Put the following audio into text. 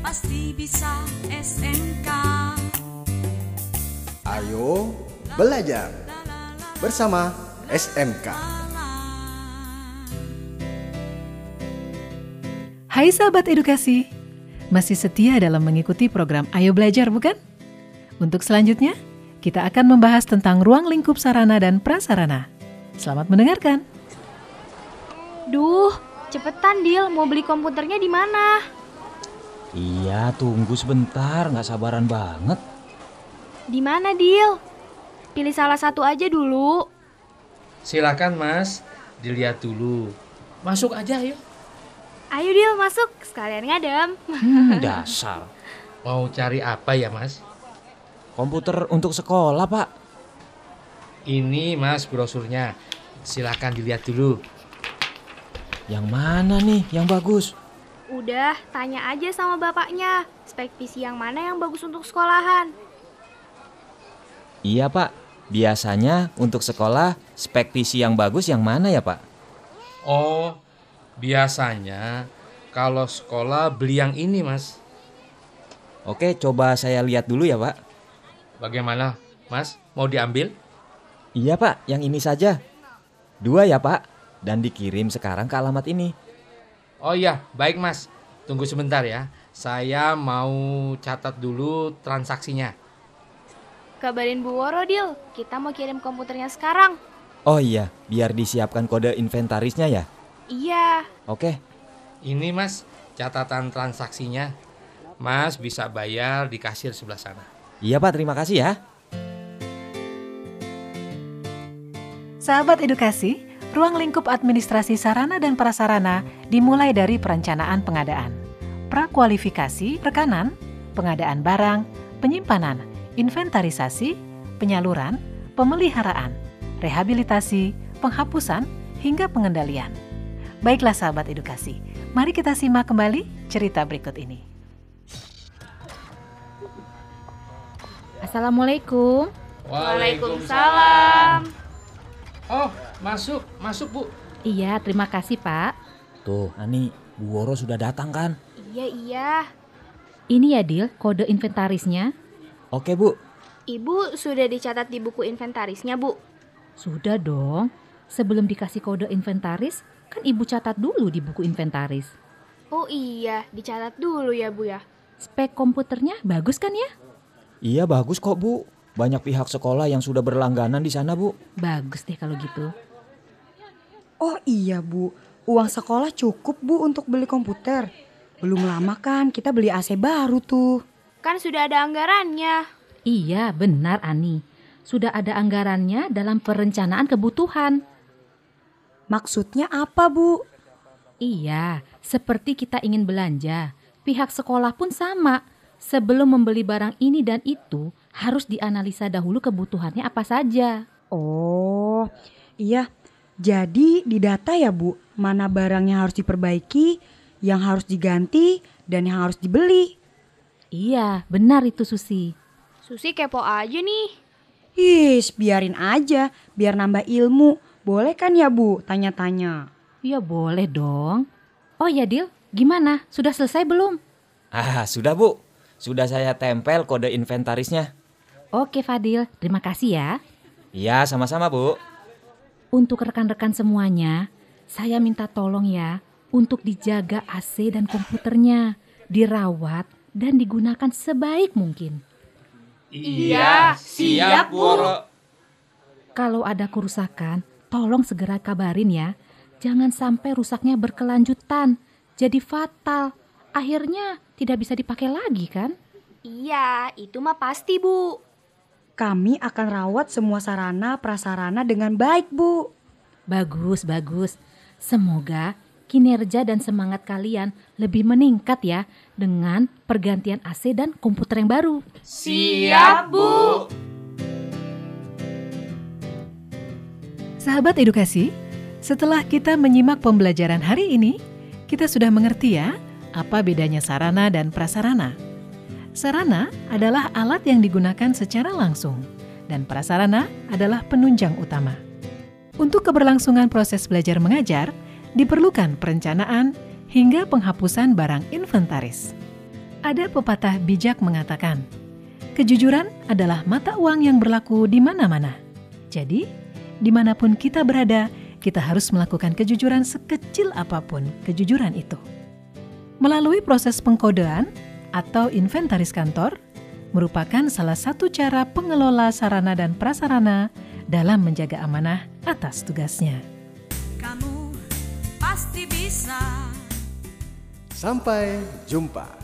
pasti bisa SMK. Ayo belajar bersama SMK. Hai sahabat edukasi, masih setia dalam mengikuti program Ayo Belajar bukan? Untuk selanjutnya, kita akan membahas tentang ruang lingkup sarana dan prasarana. Selamat mendengarkan. Duh, cepetan Dil, mau beli komputernya di mana? Iya, tunggu sebentar, nggak sabaran banget. Di mana Dil? Pilih salah satu aja dulu. Silakan Mas, dilihat dulu. Masuk aja yuk. Ayo Dil, masuk, sekalian ngadem. Dasar. Mau cari apa ya Mas? Komputer untuk sekolah, Pak. Ini Mas brosurnya. Silakan dilihat dulu. Yang mana nih yang bagus? Udah, tanya aja sama bapaknya, spek PC yang mana yang bagus untuk sekolahan. Iya, Pak. Biasanya untuk sekolah spek PC yang bagus yang mana ya, Pak? Oh, biasanya kalau sekolah beli yang ini Mas. Oke, coba saya lihat dulu ya, Pak. Bagaimana Mas, mau diambil? Iya, Pak. Yang ini saja. 2 ya, Pak. Dan dikirim sekarang ke alamat ini. Oh iya, baik Mas. Tunggu sebentar ya. Saya mau catat dulu transaksinya. Kabarin Bu Woro Dil, kita mau kirim komputernya sekarang. Oh iya, biar disiapkan kode inventarisnya ya. Iya. Oke. Ini Mas, catatan transaksinya. Mas bisa bayar di kasir sebelah sana. Iya, Pak. Terima kasih ya. Sahabat edukasi, ruang lingkup administrasi sarana dan prasarana dimulai dari perencanaan pengadaan, prakualifikasi rekanan, pengadaan barang, penyimpanan, inventarisasi, penyaluran, pemeliharaan, rehabilitasi, penghapusan, hingga pengendalian. Baiklah sahabat edukasi, mari kita simak kembali cerita berikut ini. Assalamualaikum. Waalaikumsalam. Oh, masuk Bu. Iya, terima kasih Pak. Tuh, Ani, Bu Woro sudah datang kan? Iya. Ini ya Dil, kode inventarisnya. Oke, Bu. Ibu sudah dicatat di buku inventarisnya, Bu? Sudah dong. Sebelum dikasih kode inventaris, kan Ibu catat dulu di buku inventaris. Oh iya, dicatat dulu ya, Bu ya. Spek komputernya bagus kan ya? Iya, bagus kok, Bu. Banyak pihak sekolah yang sudah berlangganan di sana, Bu. Bagus deh kalau gitu. Oh iya Bu, uang sekolah cukup Bu untuk beli komputer. Belum lama kan kita beli AC baru tuh. Kan sudah ada anggarannya. Iya, benar Ani. Sudah ada anggarannya dalam perencanaan kebutuhan. Maksudnya apa Bu? Iya, seperti kita ingin belanja, pihak sekolah pun sama. Sebelum membeli barang ini dan itu, harus dianalisa dahulu kebutuhannya apa saja. Oh iya, jadi didata ya Bu, mana barang yang harus diperbaiki, yang harus diganti, dan yang harus dibeli. Iya, benar itu Susi. Susi kepo aja nih. Biarin aja, biar nambah ilmu. Boleh kan ya Bu, tanya-tanya? Ya boleh dong. Oh ya Dil, gimana? Sudah selesai belum? Sudah, Bu. Sudah saya tempel kode inventarisnya. Oke Fadil, terima kasih ya. Iya, sama-sama, Bu. Untuk rekan-rekan semuanya, saya minta tolong ya untuk dijaga AC dan komputernya, dirawat dan digunakan sebaik mungkin. Iya, siap Bu. Kalau ada kerusakan, tolong segera kabarin ya. Jangan sampai rusaknya berkelanjutan, jadi fatal. Akhirnya tidak bisa dipakai lagi kan? Iya, itu mah pasti Bu. Kami akan rawat semua sarana prasarana dengan baik Bu. Bagus. Semoga kinerja dan semangat kalian lebih meningkat ya dengan pergantian AC dan komputer yang baru. Siap Bu. Sahabat edukasi, setelah kita menyimak pembelajaran hari ini, kita sudah mengerti ya apa bedanya sarana dan prasarana. Sarana adalah alat yang digunakan secara langsung, dan prasarana adalah penunjang utama. Untuk keberlangsungan proses belajar mengajar, diperlukan perencanaan hingga penghapusan barang inventaris. Ada pepatah bijak mengatakan, kejujuran adalah mata uang yang berlaku di mana-mana. Jadi, dimanapun kita berada, kita harus melakukan kejujuran sekecil apapun kejujuran itu. Melalui proses pengkodean atau inventaris kantor, merupakan salah satu cara pengelola sarana dan prasarana dalam menjaga amanah atas tugasnya. Kamu pasti bisa. Sampai jumpa.